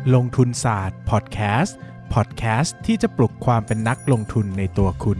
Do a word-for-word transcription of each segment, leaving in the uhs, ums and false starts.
ลงทุนศาสตร์พอดแคสต์พอดแคสต์ที่จะปลุกความเป็นนักลงทุนในตัวคุณ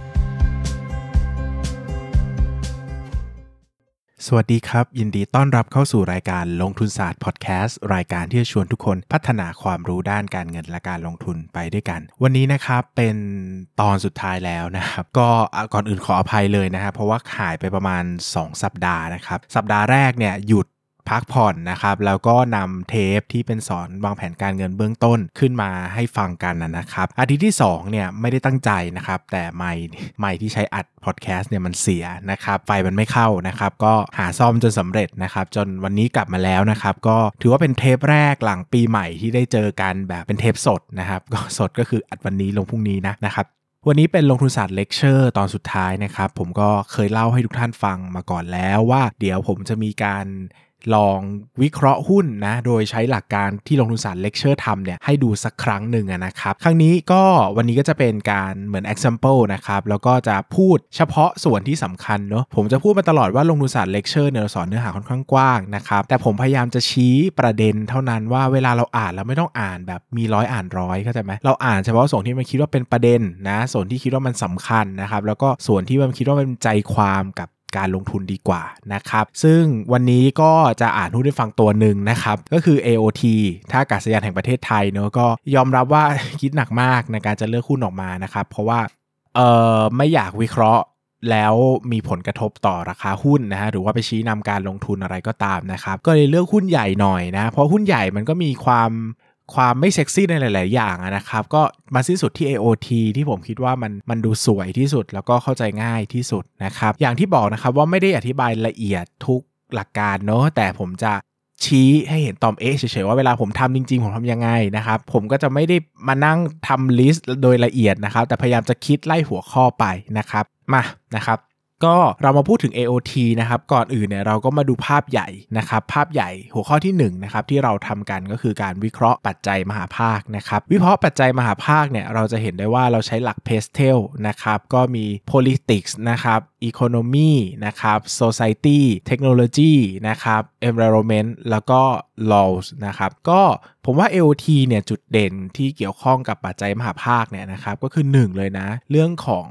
สวัสดีครับยินดีต้อนรับเข้าสู่รายการลงทุนศาสตร์พอดแคสต์รายการที่จะชวนทุกคนพัฒนาความรู้ด้านการเงินและการลงทุนไปด้วยกันวันนี้นะครับเป็นตอนสุดท้ายแล้วนะครับก็ก่อนอื่นขออภัยเลยนะครับเพราะว่าหายไปประมาณสองสัปดาห์นะครับสัปดาห์แรกเนี่ยหยุดพักผ่อนนะครับแล้วก็นำเทปที่เป็นสอนวางแผนการเงินเบื้องต้นขึ้นมาให้ฟังกันนะครับอาทิตย์ที่สองเนี่ยไม่ได้ตั้งใจนะครับแต่ไมค์ไมค์ที่ใช้อัดพอดแคสต์เนี่ยมันเสียนะครับไฟมันไม่เข้านะครับก็หาซ่อมจนสำเร็จนะครับจนวันนี้กลับมาแล้วนะครับก็ถือว่าเป็นเทปแรกหลังปีใหม่ที่ได้เจอกันแบบเป็นเทปสดนะครับก็สดก็คืออัดวันนี้ลงพรุ่งนี้นะนะครับวันนี้เป็นลงทุนศาสตร์เลคเชอร์ตอนสุดท้ายนะครับผมก็เคยเล่าให้ทุกท่านฟังมาก่อนแล้วว่าเดี๋ยวผมจะมีการลองวิเคราะห์หุ้นนะโดยใช้หลักการที่ลงทุนศาสตร์เลคเชอร์ทำเนี่ยให้ดูสักครั้งหนึ่งนะครับครั้งนี้ก็วันนี้ก็จะเป็นการเหมือน example นะครับแล้วก็จะพูดเฉพาะส่วนที่สำคัญเนาะผมจะพูดมาตลอดว่าลงทุนศาสตร์เลคเชอร์เนี่ยเราสอนเนื้อหาค่อนข้างกว้างนะครับแต่ผมพยายามจะชี้ประเด็นเท่านั้นว่าเวลาเราอ่านเราไม่ต้องอ่านแบบมีร้อยอ่านร้อยเข้าใจไหมเราอ่านเฉพาะส่วนที่มันคิดว่าเป็นประเด็นนะส่วนที่คิดว่ามันสำคัญนะครับแล้วก็ส่วนที่มันคิดว่าเป็นใจความกับการลงทุนดีกว่านะครับซึ่งวันนี้ก็จะอ่านหุ้นให้ฟังตัวหนึ่งนะครับก็คือ เอ โอ ที ท่าอากาศยานแห่งประเทศไทยเนอะก็ยอมรับว่า คิดหนักมากในการจะเลือกหุ้นออกมานะครับเพราะว่าเอ่อไม่อยากวิเคราะห์แล้วมีผลกระทบต่อราคาหุ้นนะฮะหรือว่าไปชี้นำการลงทุนอะไรก็ตามนะครับก็เลยเลือกหุ้นใหญ่หน่อยนะเพราะหุ้นใหญ่มันก็มีความความไม่เซ็กซี่ในหลายๆอย่างนะครับก็มาสิ้นสุดที่ เอ โอ ที ที่ผมคิดว่ามันมันดูสวยที่สุดแล้วก็เข้าใจง่ายที่สุดนะครับอย่างที่บอกนะครับว่าไม่ได้อธิบายละเอียดทุกหลักการเนาะแต่ผมจะชี้ให้เห็นตอมเอ๊ะเฉยๆว่าเวลาผมทำจริงๆผมทำยังไงนะครับผมก็จะไม่ได้มานั่งทำลิสต์โดยละเอียดนะครับแต่พยายามจะคิดไล่หัวข้อไปนะครับมานะครับก็เรามาพูดถึง เอ โอ ที นะครับก่อนอื่นเนี่ยเราก็มาดูภาพใหญ่นะครับภาพใหญ่หัวข้อที่หนึ่งนะครับที่เราทำกันก็คือการวิเคราะห์ปัจจัยมหาภาคนะครับวิเคราะห์ปัจจัยมหาภาคเนี่ยเราจะเห็นได้ว่าเราใช้หลัก Pastel นะครับก็มี politics นะครับ economy นะครับ society technology นะครับ environment แล้วก็ laws นะครับก็ผมว่า เอ โอ ที เนี่ยจุดเด่นที่เกี่ยวข้องกับปัจจัยมหาภาคเนี่ยนะครับก็คือหนึ่งเลยนะเรื่องของ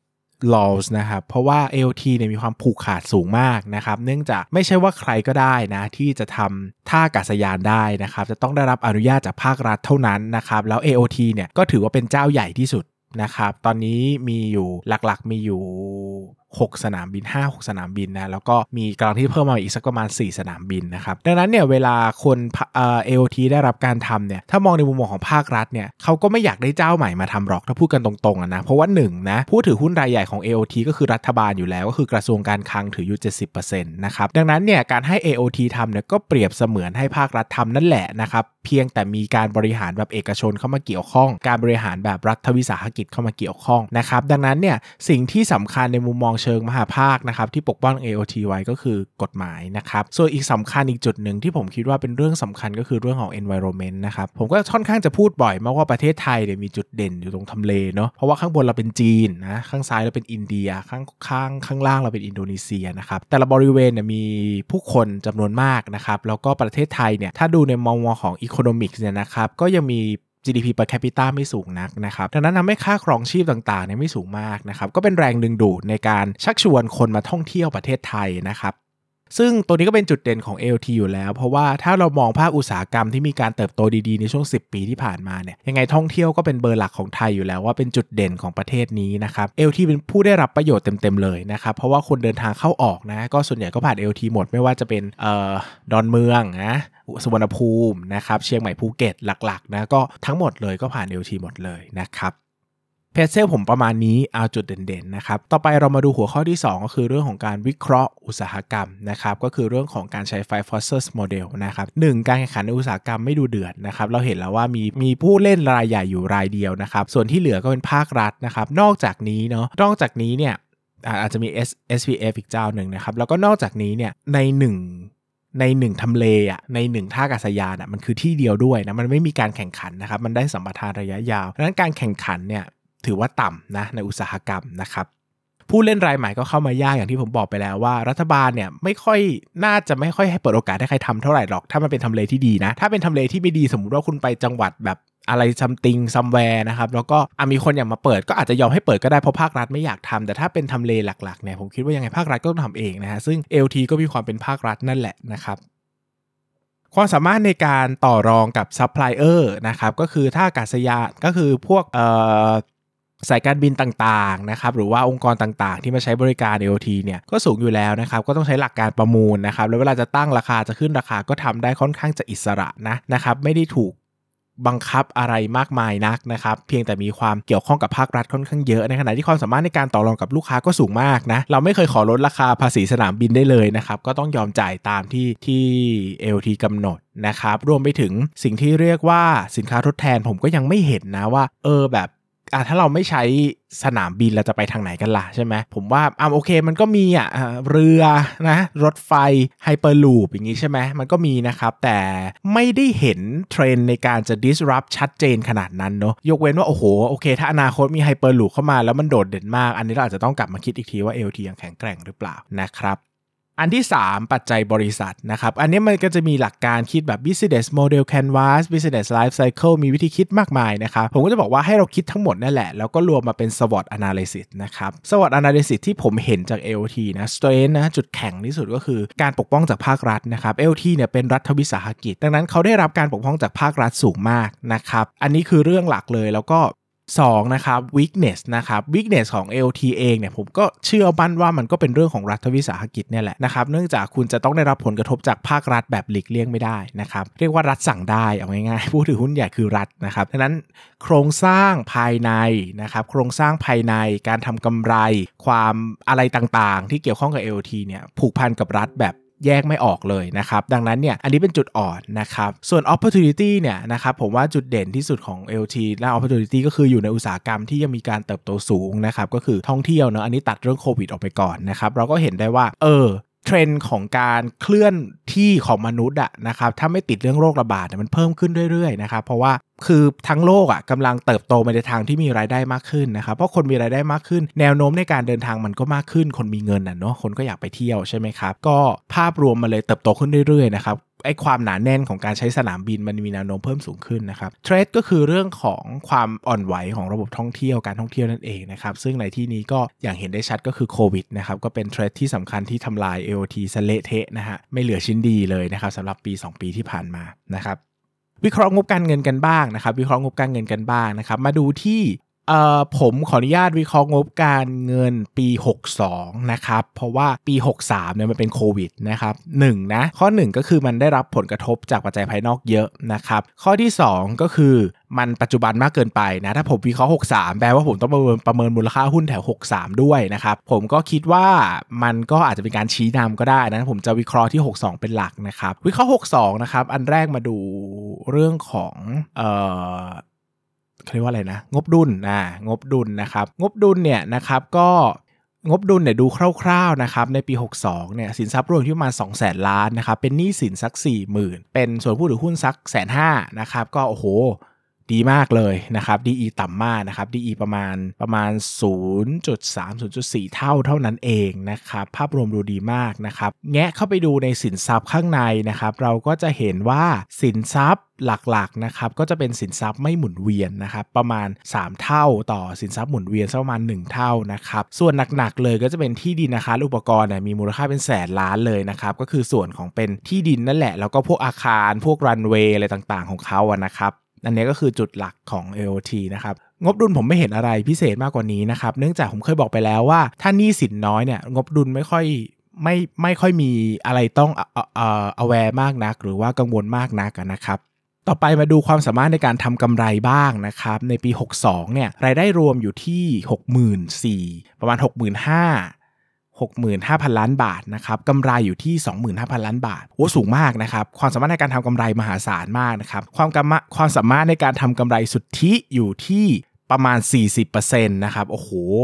laws นะครับเพราะว่า เอ โอ ที เนี่ยมีความผูกขาดสูงมากนะครับเนื่องจากไม่ใช่ว่าใครก็ได้นะที่จะทำท่าอากาศยานได้นะครับจะต้องได้รับอนุญาตจากภาครัฐเท่านั้นนะครับแล้ว เอ โอ ที เนี่ยก็ถือว่าเป็นเจ้าใหญ่ที่สุดนะครับตอนนี้มีอยู่หลักๆมีอยู่หกสนามบิน ห้าหก สนามบินนะแล้วก็มีกำลังที่เพิ่มมาอีกสักประมาณสี่สนามบินนะครับดังนั้นเนี่ยเวลาคนเอ่อ เอ โอ ที ได้รับการทำเนี่ยถ้ามองในมุมมองของภาครัฐเนี่ยเขาก็ไม่อยากได้เจ้าใหม่มาทำหรอกถ้าพูดกันตรงๆนะเพราะว่าหนึ่งนะผู้ถือหุ้นรายใหญ่ของ เอ โอ ที ก็คือรัฐบาลอยู่แล้วก็คือกระทรวงการคลังถืออยู่ เจ็ดสิบเปอร์เซ็นต์ นะครับดังนั้นเนี่ยการให้ เอ โอ ที ทำเนี่ยก็เปรียบเสมือนให้ภาครัฐทำนั่นแหละนะครับเพียงแต่มีการบริหารแบบเอกชนเข้ามาเกี่ยวข้องการบริหารแบบรัฐวิสาหกิจเข้ามาเกี่ยวข้องนะครับดังนั้นเนี่ยสิ่งที่สำคัญในมุมมองเชิงมหาภาคนะครับที่ปกป้อง เอ โอ ที ไว้ก็คือกฎหมายนะครับส่วนอีกสำคัญอีกจุดหนึ่งที่ผมคิดว่าเป็นเรื่องสำคัญก็คือเรื่องของ environment นะครับผมก็ค่อนข้างจะพูดบ่อยมากว่าประเทศไทยเนี่ยมีจุดเด่นอยู่ตรงทำเลเนาะเพราะว่าข้างบนเราเป็นจีนนะข้างซ้ายเราเป็นอินเดียข้างข้างข้างล่างเราเป็นอินโดนีเซียนะครับแต่ละบริเวณเนี่ยมีผู้คนจำนวนมากนะครับแล้วก็ประเทศไทยเนี่ยถ้าดูในมุมมองของ economics เนี่ยนะครับก็ยังมี จี ดี พี per capita ไม่สูงนักนะครับดังนั้นทำให้ค่าครองชีพต่างๆเนี่ยไม่สูงมากนะครับก็เป็นแรงดึงดูดในการชักชวนคนมาท่องเที่ยวประเทศไทยนะครับซึ่งตัวนี้ก็เป็นจุดเด่นของ เอ โอ ที อยู่แล้วเพราะว่าถ้าเรามองภาคอุตสาหกรรมที่มีการเติบโตดีๆในช่วงสิบปีที่ผ่านมาเนี่ยยังไงท่องเที่ยวก็เป็นเบอร์หลักของไทยอยู่แล้วว่าเป็นจุดเด่นของประเทศนี้นะครับ เอ โอ ที เป็นผู้ได้รับประโยชน์เต็มๆเลยนะครับเพราะว่าคนเดินทางเข้าออกนะก็ส่วนใหญ่ก็ผ่าน เอ โอ ที หมดไม่ว่าจะเป็นเอ่อดอนเมืองนะสุวรรณภูมินะครับเชียงใหม่ภูเก็ตหลักๆนะก็ทั้งหมดเลยก็ผ่าน เอ โอ ที หมดเลยนะครับเพจเซลผมประมาณนี้เอาจุดเด่นๆนะครับต่อไปเรามาดูหัวข้อที่สองก็คือเรื่องของการวิเคราะห์อุตสาหกรรมนะครับก็คือเรื่องของการใช้ Five Forces Model นะครับหนึ่งการแข่งขันในอุตสาหกรรมไม่ดูเดือดนะครับเราเห็นแล้วว่ามีมีผู้เล่นรายใหญ่อยู่รายเดียวนะครับส่วนที่เหลือก็เป็นภาครัฐนะครับนอกจากนี้เนาะนอกจากนี้เนี่ยอาจจะมี เอส พี เอฟ อีกเจ้าหนึ่งนะครับแล้วก็นอกจากนี้เนี่ยในหนึ่งในหนึ่งทำเลอ่ะในหนึ่งท่าอากาศยานอ่ะมันคือที่เดียวด้วยนะมันไม่มีการแข่งขันนะครับมันได้สัมปทานระยะยาวดังนั้นการแข่งขันเนี่ยถือว่าต่ำนะในอุตสาหกรรมนะครับผู้เล่นรายใหม่ก็เข้ามายากอย่างที่ผมบอกไปแล้วว่ารัฐบาลเนี่ยไม่ค่อยน่าจะไม่ค่อยให้เปิดโอกาสให้ใครทำเท่าไหร่หรอกถ้ามันเป็นทำเลที่ดีนะถ้าเป็นทำเลที่ไม่ดีสมมุติว่าคุณไปจังหวัดแบบอะไรซัมติงซัมแวร์นะครับแล้วก็มีคนอยากมาเปิดก็อาจจะยอมให้เปิดก็ได้เพราะภาครัฐไม่อยากทำแต่ถ้าเป็นทำเลหลักๆเนี่ยผมคิดว่ายังไงภาครัฐก็ต้องทำเองนะฮะซึ่ง แอล ที ก็มีความเป็นภาครัฐนั่นแหละนะครับความสามารถในการต่อรองกับซัพพลายเออร์นะครับก็คือถ้าอากาศยานก็คือพวกเอ่อสายการบินต่างๆนะครับหรือว่าองค์กรต่างๆที่มาใช้บริการ แอล ที เนี่ยก็สูงอยู่แล้วนะครับก็ต้องใช้หลักการประมูลนะครับแล้วเวลาจะตั้งราคาจะขึ้นราคาก็ทำได้ค่อนข้างจะอิสระนะนะครับไม่ได้ถูกบังคับอะไรมากมายนักนะครับเพียงแต่มีความเกี่ยวข้องกับภาครัฐค่อนข้างเยอะในขณะที่ความสามารถในการต่อรองกับลูกค้าก็สูงมากนะเราไม่เคยขอลดราคาภาษีสนามบินได้เลยนะครับก็ต้องยอมจ่ายตามที่ที่ แอล ที กำหนดนะครับรวมไปถึงสิ่งที่เรียกว่าสินค้าทดแทนผมก็ยังไม่เห็นนะว่าเออแบบอ่ะถ้าเราไม่ใช้สนามบินเราจะไปทางไหนกันล่ะใช่ไหมผมว่าอ่ะโอเคมันก็มีอ่ะเรือนะรถไฟไฮเปอร์ลูปอย่างงี้ใช่ไหมมันก็มีนะครับแต่ไม่ได้เห็นเทรนด์ในการจะ disrupt ชัดเจนขนาดนั้นเนาะยกเว้นว่าโอ้โหโอเคถ้าอนาคตมีไฮเปอร์ลูปเข้ามาแล้วมันโดดเด่นมากอันนี้เราอาจจะต้องกลับมาคิดอีกทีว่า แอล ที ยังแข็งแกร่งหรือเปล่านะครับอันที่สามปัจจัยบริษัทนะครับอันนี้มันก็จะมีหลักการคิดแบบ business model canvas business life cycle มีวิธีคิดมากมายนะครับผมก็จะบอกว่าให้เราคิดทั้งหมดนั่นแหละแล้วก็รวมมาเป็น SWOT analysis นะครับ SWOT analysis ที่ผมเห็นจาก แอล ที นะ strength นะจุดแข็งที่สุดก็คือการปกป้องจากภาครัฐนะครับ แอล ที เนี่ยเป็นรัฐวิสาหกิจดังนั้นเขาได้รับการปกป้องจากภาครัฐสูงมากนะครับอันนี้คือเรื่องหลักเลยแล้วก็สองนะครับ weakness นะครับ weakness ของ แอล ที เองเนี่ยผมก็เชื่อมั่นว่ามันก็เป็นเรื่องของรัฐวิสาหกิจเนี่ยแหละนะครับเนื่องจากคุณจะต้องได้รับผลกระทบจากภาครัฐแบบหลีกเลี่ยงไม่ได้นะครับเรียกว่ารัฐสั่งได้เอาง่ายๆผู้ถือหุ้นใหญ่คือรัฐนะครับดังนั้นโครงสร้างภายในนะครับโครงสร้างภายในการทำกำไรความอะไรต่างๆที่เกี่ยวข้องกับ แอล ที เนี่ยผูกพันกับรัฐแบบแยกไม่ออกเลยนะครับดังนั้นเนี่ยอันนี้เป็นจุดอ่อนนะครับส่วน opportunity เนี่ยนะครับผมว่าจุดเด่นที่สุดของ แอล ที และ opportunity ก็คืออยู่ในอุตสาหกรรมที่ยังมีการเติบโตสูงนะครับก็คือท่องเที่ยวเนอะอันนี้ตัดเรื่องโควิดออกไปก่อนนะครับเราก็เห็นได้ว่าเออเทรนด์ของการเคลื่อนที่ของมนุษย์อะนะครับถ้าไม่ติดเรื่องโรคระบาดมันเพิ่มขึ้นเรื่อยๆนะครับเพราะว่าคือทั้งโลกอ่ะกำลังเติบโตไปในทางที่มีรายได้มากขึ้นนะครับเพราะคนมีรายได้มากขึ้นแนวโน้มในการเดินทางมันก็มากขึ้นคนมีเงินอ่ะเนาะคนก็อยากไปเที่ยวใช่ไหมครับก็ภาพรวมมันเลยเติบโตขึ้นเรื่อยๆนะครับไอ้ความหนาแน่นของการใช้สนามบินมันมีแนวโน้มเพิ่มสูงขึ้นนะครับเทรดก็คือเรื่องของความอ่อนไหวของระบบท่องเที่ยวการท่องเที่ยวนั่นเองนะครับซึ่งในที่นี้ก็อย่างเห็นได้ชัดก็คือโควิดนะครับก็เป็นเทรดที่สำคัญที่ทำลาย แอล ที ซะเละเทะนะฮะไม่เหลือชิ้นดีเลยนะครับสำหรับปีสองปีที่ผ่านมานะครับวิเคราะห์งบการเงินกันบ้างนะครับวิเคราะห์งบการเงินกันบ้างนะครับมาดูที่เอ่อผมขออนุญาตวิเคราะห์งบการเงินปีหกสิบสองนะครับเพราะว่าปีหกสิบสามเนี่ยมันเป็นโควิดนะครับหนึ่งนะข้อหนึ่งก็คือมันได้รับผลกระทบจากปัจจัยภายนอกเยอะนะครับข้อที่สองก็คือมันปัจจุบันมากเกินไปนะถ้าผมวิเคราะห์หกสิบสามแปลว่าผมต้องประเมินประเมินมูลค่าหุ้นแถวหกสิบสามด้วยนะครับผมก็คิดว่ามันก็อาจจะเป็นการชี้นำก็ได้นะผมจะวิเคราะห์ที่หกสิบสองเป็นหลักนะครับวิเคราะห์หกสิบสองนะครับอันแรกมาดูเรื่องของเอ่อเรียกว่าอะไรนะงบดุลนะงบดุลนะครับงบดุลเนี่ยนะครับก็งบดุลเนี่ยดูคร่าวๆนะครับในปีหกสิบสองเนี่ยสินทรัพย์รวมที่ประมาณ สองแสน ล้านนะครับเป็นหนี้สินสัก สี่หมื่น เป็นส่วนผู้ถือหุ้นสัก หนึ่งแสนห้าหมื่น นะครับก็โอ้โหดีมากเลยนะครับ ดี อี ต่ำมากนะครับ ดี อี ประมาณประมาณ ศูนย์จุดสาม ศูนย์จุดสี่ เท่าเท่านั้นเองนะครับภาพรวมดูดีมากนะครับแงะเข้าไปดูในสินทรัพย์ข้างในนะครับเราก็จะเห็นว่าสินทรัพย์หลักๆนะครับก็จะเป็นสินทรัพย์ไม่หมุนเวียนนะครับประมาณสามเท่าต่อสินทรัพย์หมุนเวียนประมาณหนึ่งเท่านะครับส่วนหนักๆเลยก็จะเป็นที่ดินนะคะอุปกรณ์เนี่ยมีมูลค่าเป็นแสนล้านเลยนะครับก็คือส่วนของเป็นที่ดินนั่นแหละแล้วก็พวกอาคารพวกรันเวย์อะไรต่างๆของเขาอะนะครับอันนี้ก็คือจุดหลักของ แอล ที นะครับงบดุลผมไม่เห็นอะไรพิเศษมากกว่านี้นะครับเนื่องจากผมเคยบอกไปแล้วว่าถ้าหนี้สินน้อยเนี่ยงบดุลไม่ค่อยไม่ไม่ค่อยมีอะไรต้องเอ่อเอ่อ aware มากนักหรือว่ากังวลมากนักนะครับต่อไปมาดูความสามารถในการทำกำไรบ้างนะครับในปีหกสิบสองเนี่ยรายได้รวมอยู่ที่ หกหมื่นสี่พัน ประมาณ หกหมื่นห้าพันหกหมื่นห้าพัน ล้านบาทนะครับกำไรอยู่ที่ สองหมื่นห้าพัน ล้านบาทโอ้สูงมากนะครับความสามารถในการทำกำไรมหาศาลมากนะครับความกำมาความสามารถในการทำกำไรสุทธิอยู่ที่ประมาณ สี่สิบเปอร์เซ็นต์ นะครับโอ้โห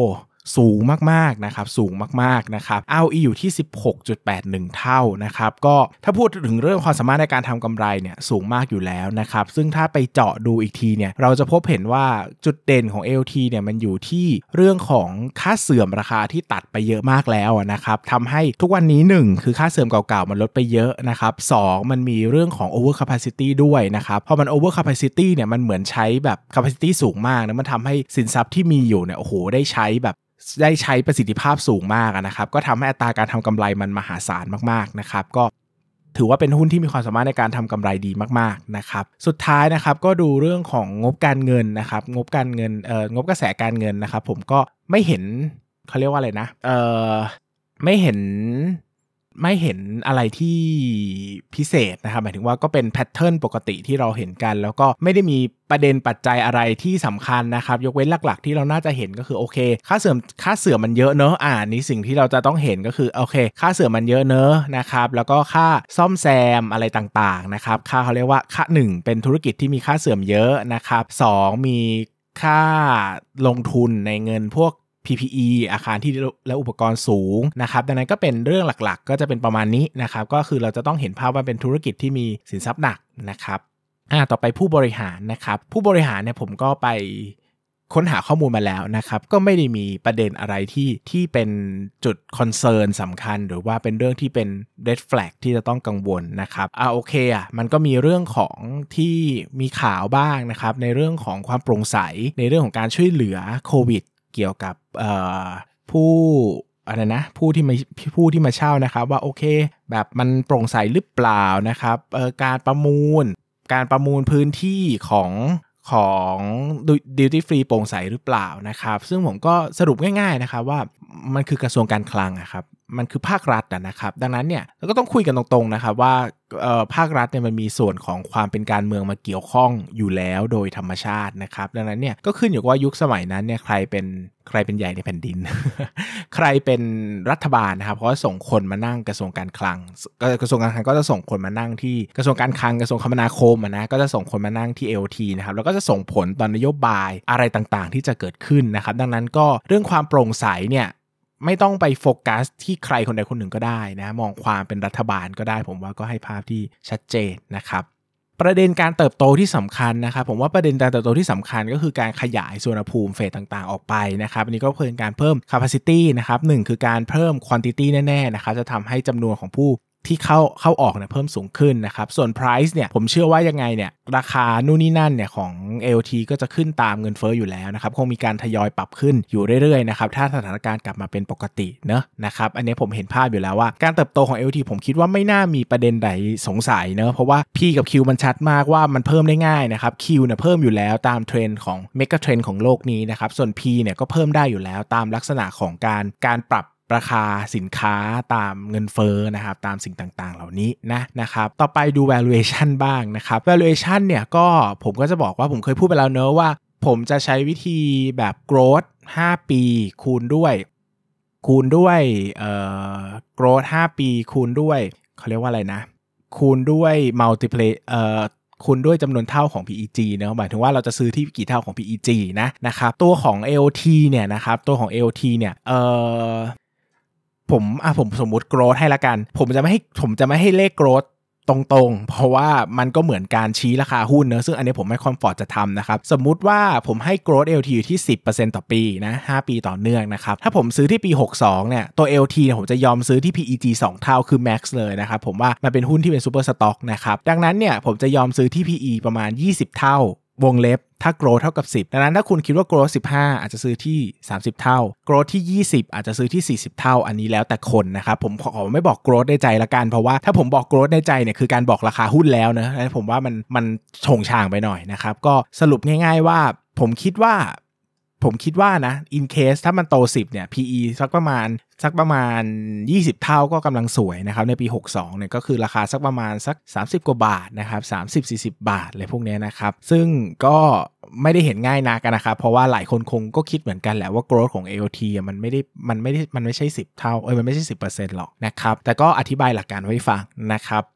สูงมากๆนะครับสูงมากๆนะครับ อาร์ โอ อี อยู่ที่ สิบหกจุดแปดหนึ่ง เท่านะครับก็ถ้าพูดถึงเรื่องความสามารถในการทำกำไรเนี่ยสูงมากอยู่แล้วนะครับซึ่งถ้าไปเจาะดูอีกทีเนี่ยเราจะพบเห็นว่าจุดเด่นของ เอ แอล ที เนี่ยมันอยู่ที่เรื่องของค่าเสื่อมราคาที่ตัดไปเยอะมากแล้วนะครับทำให้ทุกวันนี้หนึ่งคือค่าเสื่อมเก่าๆมันลดไปเยอะนะครับสองมันมีเรื่องของ over capacity ด้วยนะครับพอมัน over capacity เนี่ยมันเหมือนใช้แบบ capacity สูงมากนะมันทำให้สินทรัพย์ที่มีอยู่เนี่ยโอ้โหได้ใช้แบบได้ใช้ประสิทธิภาพสูงมากนะครับก็ทำให้อัตราการทำกำไรมันมหาศาลมากๆนะครับก็ถือว่าเป็นหุ้นที่มีความสามารถในการทำกำไรดีมากๆนะครับสุดท้ายนะครับก็ดูเรื่องของงบการเงินนะครับงบการเงินเอ่องบกระแสการเงินนะครับผมก็ไม่เห็นเขาเรียกว่าอะไรนะเอ่อไม่เห็นไม่เห็นอะไรที่พิเศษนะครับหมายถึงว่าก็เป็นแพทเทิร์นปกติที่เราเห็นกันแล้วก็ไม่ได้มีประเด็นปัจจัยอะไรที่สำคัญนะครับยกเว้นหลักๆที่เราน่าจะเห็นก็คือโอเคค่าเสื่อมค่าเสื่อมมันเยอะเนอะอ่านี่สิ่งที่เราจะต้องเห็นก็คือโอเคค่าเสื่อมมันเยอะเนอะนะครับแล้วก็ค่าซ่อมแซมอะไรต่างๆนะครับค่าเขาเรียกว่าค่าหนึ่งเป็นธุรกิจที่มีค่าเสื่อมเยอะนะครับสองมีค่าลงทุนในเงินพวกพี พี อี อาคารที่และอุปกรณ์สูงนะครับดังนั้นก็เป็นเรื่องหลักๆก็จะเป็นประมาณนี้นะครับก็คือเราจะต้องเห็นภาพว่าเป็นธุรกิจที่มีสินทรัพย์หนักนะครับอ่าต่อไปผู้บริหารนะครับผู้บริหารเนี่ยผมก็ไปค้นหาข้อมูลมาแล้วนะครับก็ไม่ได้มีประเด็นอะไรที่ที่เป็นจุดคอนเซิร์นสำคัญหรือว่าเป็นเรื่องที่เป็น red flag ที่จะต้องกังวลนะครับอ่าโอเคอ่ะมันก็มีเรื่องของที่มีข่าวบ้างนะครับในเรื่องของความโปร่งใสในเรื่องของการช่วยเหลือโควิดเกี่ยวกับผู้อะไรนะผู้ที่มาผู้ที่มาเช่านะครับว่าโอเคแบบมันโปร่งใสหรือเปล่านะครับการประมูลการประมูลพื้นที่ของของดิวตี้ฟรีโปร่งใสหรือเปล่านะครับซึ่งผมก็สรุปง่ายๆนะครับว่ามันคือกระทรวงการคลังอะครับมันคือภาครัฐนะครับดังนั้นเนี่ยเราก็ต้องคุยกันตรงๆนะครับว่าภาครัฐเนี่ยมันมีส่วนของความเป็นการเมืองมาเกี่ยวข้องอยู่แล้วโดยธรรมชาตินะครับดังนั้นเนี่ยก็ขึ้นอยู่ว่ายุคสมัยนั้นเนี่ยใครเป็นใครเป็นใหญ่ในแผ่นดิน ใครเป็นรัฐบาลนะครับเพราะว่าส่งคนมานั่งกระทรวงการคลังกระทรวงการคลังก็จะส่งคนมานั่งที่กระทรวงการคลังกระทรวงคมนาคมนะก็จะส่งคนมานั่งที่ เอ แอล ที นะครับแล้วก็จะส่งผลต่อนโยบายอะไรต่างๆที่จะเกิดขึ้นนะครับดังนั้นก็เรื่องความโปร่งใสเนี่ยไม่ต้องไปโฟกัสที่ใครคนใดคนหนึ่งก็ได้นะมองความเป็นรัฐบาลก็ได้ผมว่าก็ให้ภาพที่ชัดเจนนะครับประเด็นการเติบโตที่สำคัญนะครับผมว่าประเด็นการเติบโตที่สำคัญก็คือการขยายสุวรรณภูมิเฟสต่างๆออกไปนะครับอันนี้ก็เป็นการเพิ่ม capacity นะครับหนึ่งคือการเพิ่ม quantity แน่ๆนะครับจะทำให้จำนวนของผู้ที่เข้าเข้าออกเนี่ยเพิ่มสูงขึ้นนะครับส่วน price เนี่ยผมเชื่อว่ายังไงเนี่ยราคานู่นนี่นั่นเนี่ยของ เอ แอล ที ก็จะขึ้นตามเงินเฟ้ออยู่แล้วนะครับคงมีการทยอยปรับขึ้นอยู่เรื่อยๆนะครับถ้าสถานการณ์กลับมาเป็นปกติเนอะนะครับอันนี้ผมเห็นภาพอยู่แล้วว่าการเติบโตของ เอ แอล ที ผมคิดว่าไม่น่ามีประเด็นใดสงสัยเนอะเพราะว่า P กับ Q มันชัดมากว่ามันเพิ่มได้ง่ายนะครับ Q เนี่ยเพิ่มอยู่แล้วตามเทรนด์ของเมกะเทรนด์ของโลกนี้นะครับส่วน P เนี่ยก็เพิ่มได้อยู่แล้วตามลักษณะของการการปรับราคาสินค้าตามเงินเฟ้อนะครับตามสิ่งต่างๆเหล่านี้นะนะครับต่อไปดู valuation บ้างนะครับ valuation เนี่ยก็ผมก็จะบอกว่าผมเคยพูดไปแล้วเนอะว่าผมจะใช้วิธีแบบ growth ห้าปีคูณด้วยคูณด้วยเอ่อ growth ห้าปีคูณด้วยเขาเรียกว่าอะไรนะคูณด้วย multiply เอ่อคูณด้วยจำนวนเท่าของ พี อี จี เนอะหมายถึงว่าเราจะซื้อที่กี่เท่าของ พี อี จี นะนะครับตัวของ เอ แอล ที เนี่ยนะครับตัวของ เอ แอล ที เนี่ยเอ่อผมอ่ะผมสมมุติ growth ให้ละกันผมจะไม่ให้ผมจะไม่ให้เลข growth ตรงๆเพราะว่ามันก็เหมือนการชี้ราคาหุ้นเนอะซึ่งอันนี้ผมไม่คอมฟอร์ตจะทำนะครับสมมุติว่าผมให้ growth เอ แอล ที อยู่ที่ สิบเปอร์เซ็นต์ ต่อปีนะห้าปีต่อเนื่องนะครับถ้าผมซื้อที่ปีหกสิบสองเนี่ยตัว เอ แอล ที เนี่ยผมจะยอมซื้อที่ พี อี จี สองเท่าคือ max เลยนะครับผมว่ามันเป็นหุ้นที่เป็น super stock นะครับดังนั้นเนี่ยผมจะยอมซื้อที่ พี อี ประมาณยี่สิบเท่าวงเล็บถ้า growth เท่ากับสิบดังนั้นถ้าคุณคิดว่า growth สิบห้าอาจจะซื้อที่สามสิบเท่า growth ที่ยี่สิบอาจจะซื้อที่สี่สิบเท่าอันนี้แล้วแต่คนนะครับผมขอไม่บอก growth ในใจละกันเพราะว่าถ้าผมบอก growth ในใจเนี่ยคือการบอกราคาหุ้นแล้วนะผมว่ามันมันโฉงฉางไปหน่อยนะครับก็สรุปง่ายๆว่าผมคิดว่าผมคิดว่านะ in case ถ้ามันโตสิบเนี่ย พี อี สักประมาณสักประมาณยี่สิบเท่าก็กำลังสวยนะครับในปีหกสิบสองเนี่ยก็คือราคาสักประมาณสักสามสิบกว่าบาทนะครับสามสิบ สี่สิบบาทอะไรพวกนี้นะครับซึ่งก็ไม่ได้เห็นง่ายนักนะครับเพราะว่าหลายคนคงก็คิดเหมือนกันแหละว่า growth ของ เอ แอล ที มันไม่ได้มันไม่ได้มันไม่ใช่สิบเท่าเอ้ยมันไม่ใช่ สิบเปอร์เซ็นต์ หรอกนะครับแต่ก็อธิบายหลักการไว้ฟังนะครับ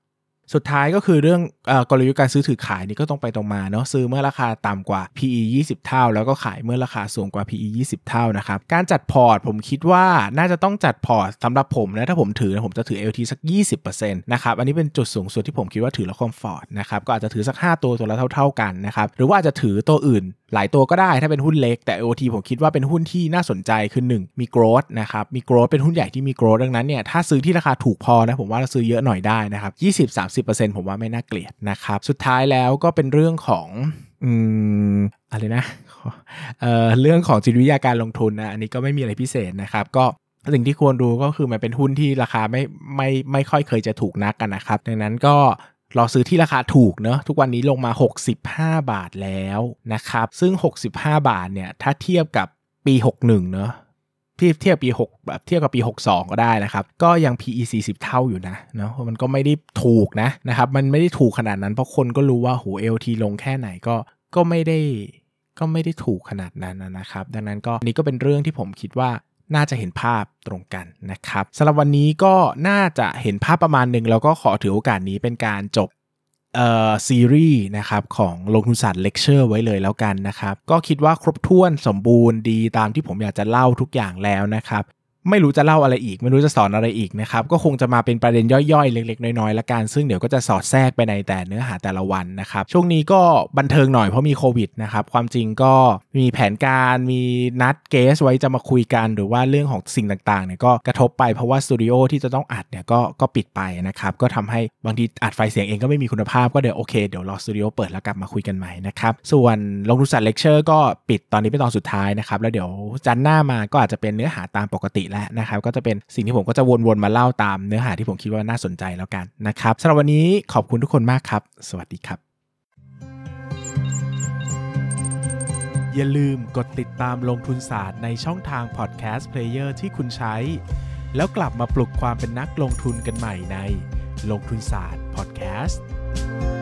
สุดท้ายก็คือเรื่องเอ่อกลยุทธ์การซื้อถือขายนี่ก็ต้องไปตรงมาเนาะซื้อเมื่อราคาต่ำกว่า พี อี ยี่สิบ เท่าแล้วก็ขายเมื่อราคาสูงกว่า พี อี ยี่สิบ เท่านะครับการจัดพอร์ตผมคิดว่าน่าจะต้องจัดพอร์ตสำหรับผมนะถ้าผมถือผมจะถือ แอล ที สัก ยี่สิบเปอร์เซ็นต์ นะครับอันนี้เป็นจุดสูงสุดที่ผมคิดว่าถือแล้วคอมฟอร์ตนะครับก็อาจจะถือสักห้าตัวตัวละเท่าๆกันนะครับหรือว่าอาจจะถือตัวอื่นหลายตัวก็ได้ถ้าเป็นหุ้นเล็กแต่ โอ ที ผมคิดว่าเป็นหุ้นที่น่าสนใจคือหนึ่งมี growth นะครับมี growth เป็นหุ้นใหญ่ที่มี growth ดังนั้นเนี่ยถ้าซื้อที่ราคาถูกพอนะผมว่าเราซื้อเยอะหน่อยได้นะครับ ยี่สิบถึงสามสิบเปอร์เซ็นต์ ผมว่าไม่น่าเกลียดนะครับสุดท้ายแล้วก็เป็นเรื่องของอืมอะไรนะเอ่อเรื่องของจิตวิทยาการลงทุนนะอันนี้ก็ไม่มีอะไรพิเศษนะครับก็สิ่งที่ควรดูก็คือมันเป็นหุ้นที่ราคาไม่ไม่ไม่ค่อยเคยจะถูกนักกันนะครับดังนั้นก็รอซื้อที่ราคาถูกเนอะทุกวันนี้ลงมาหกสิบห้าบาทแล้วนะครับซึ่งหกสิบห้าบาทเนี่ยถ้าเทียบกับปีหกสิบเอ็ดเนอะเทียบเทียบปีหกแบบเทียบกับปีหกสิบสองก็ได้นะครับก็ยัง พี อี สี่สิบ เท่าอยู่นะเนาะมันก็ไม่ได้ถูกนะนะครับมันไม่ได้ถูกขนาดนั้นเพราะคนก็รู้ว่าโห แอล ที ลงแค่ไหนก็ก็ไม่ได้ก็ไม่ได้ถูกขนาดนั้นนะครับดังนั้นก็นี่ก็เป็นเรื่องที่ผมคิดว่าน่าจะเห็นภาพตรงกันนะครับสำหรับวันนี้ก็น่าจะเห็นภาพประมาณหนึ่งแล้วก็ขอถือโอกาสนี้เป็นการจบเอ่อซีรีส์นะครับของลงทุนศาสตร์เลคเชอร์ไว้เลยแล้วกันนะครับก็คิดว่าครบถ้วนสมบูรณ์ดีตามที่ผมอยากจะเล่าทุกอย่างแล้วนะครับไม่รู้จะเล่าอะไรอีกไม่รู้จะสอนอะไรอีกนะครับก็คงจะมาเป็นประเด็นย่อยๆเล็กๆน้อยๆละกันซึ่งเดี๋ยวก็จะสอดแทรกไปในแต่เนื้อหาแต่ละวันนะครับช่วงนี้ก็บันเทิงหน่อยเพราะมีโควิดนะครับความจริงก็มีแผนการมีนัดเกสไว้จะมาคุยกันหรือว่าเรื่องของสิ่งต่างๆเนี่ยก็กระทบไปเพราะว่าสตูดิโอที่จะต้องอัดเนี่ยก็ก็ปิดไปนะครับก็ทำให้บางทีอัดไฟล์เสียงเองก็ไม่มีคุณภาพก็เดี๋ยวโอเคเดี๋ยวรอสตูดิโอเปิดแล้วกลับมาคุยกันใหม่นะครับส่วนลงทุนศาสตร์เลคเชอร์ก็ปิดตอนนี้เป็นตอนสุดท้ายนะครับแล้วเดี๋ยวจันทร์หน้ามาก็อาจจะเป็นเนื้อหาตามปกติแล้วนะครับก็จะเป็นสิ่งที่ผมก็จะวนๆมาเล่าตามเนื้อหาที่ผมคิดว่าน่าสนใจแล้วกันนะครับสำหรับวันนี้ขอบคุณทุกคนมากครับสวัสดีครับอย่าลืมกดติดตามลงทุนศาสตร์ในช่องทางพอดแคสต์เพลเยอร์ที่คุณใช้แล้วกลับมาปลุกความเป็นนักลงทุนกันใหม่ในลงทุนศาสตร์พอดแคสต์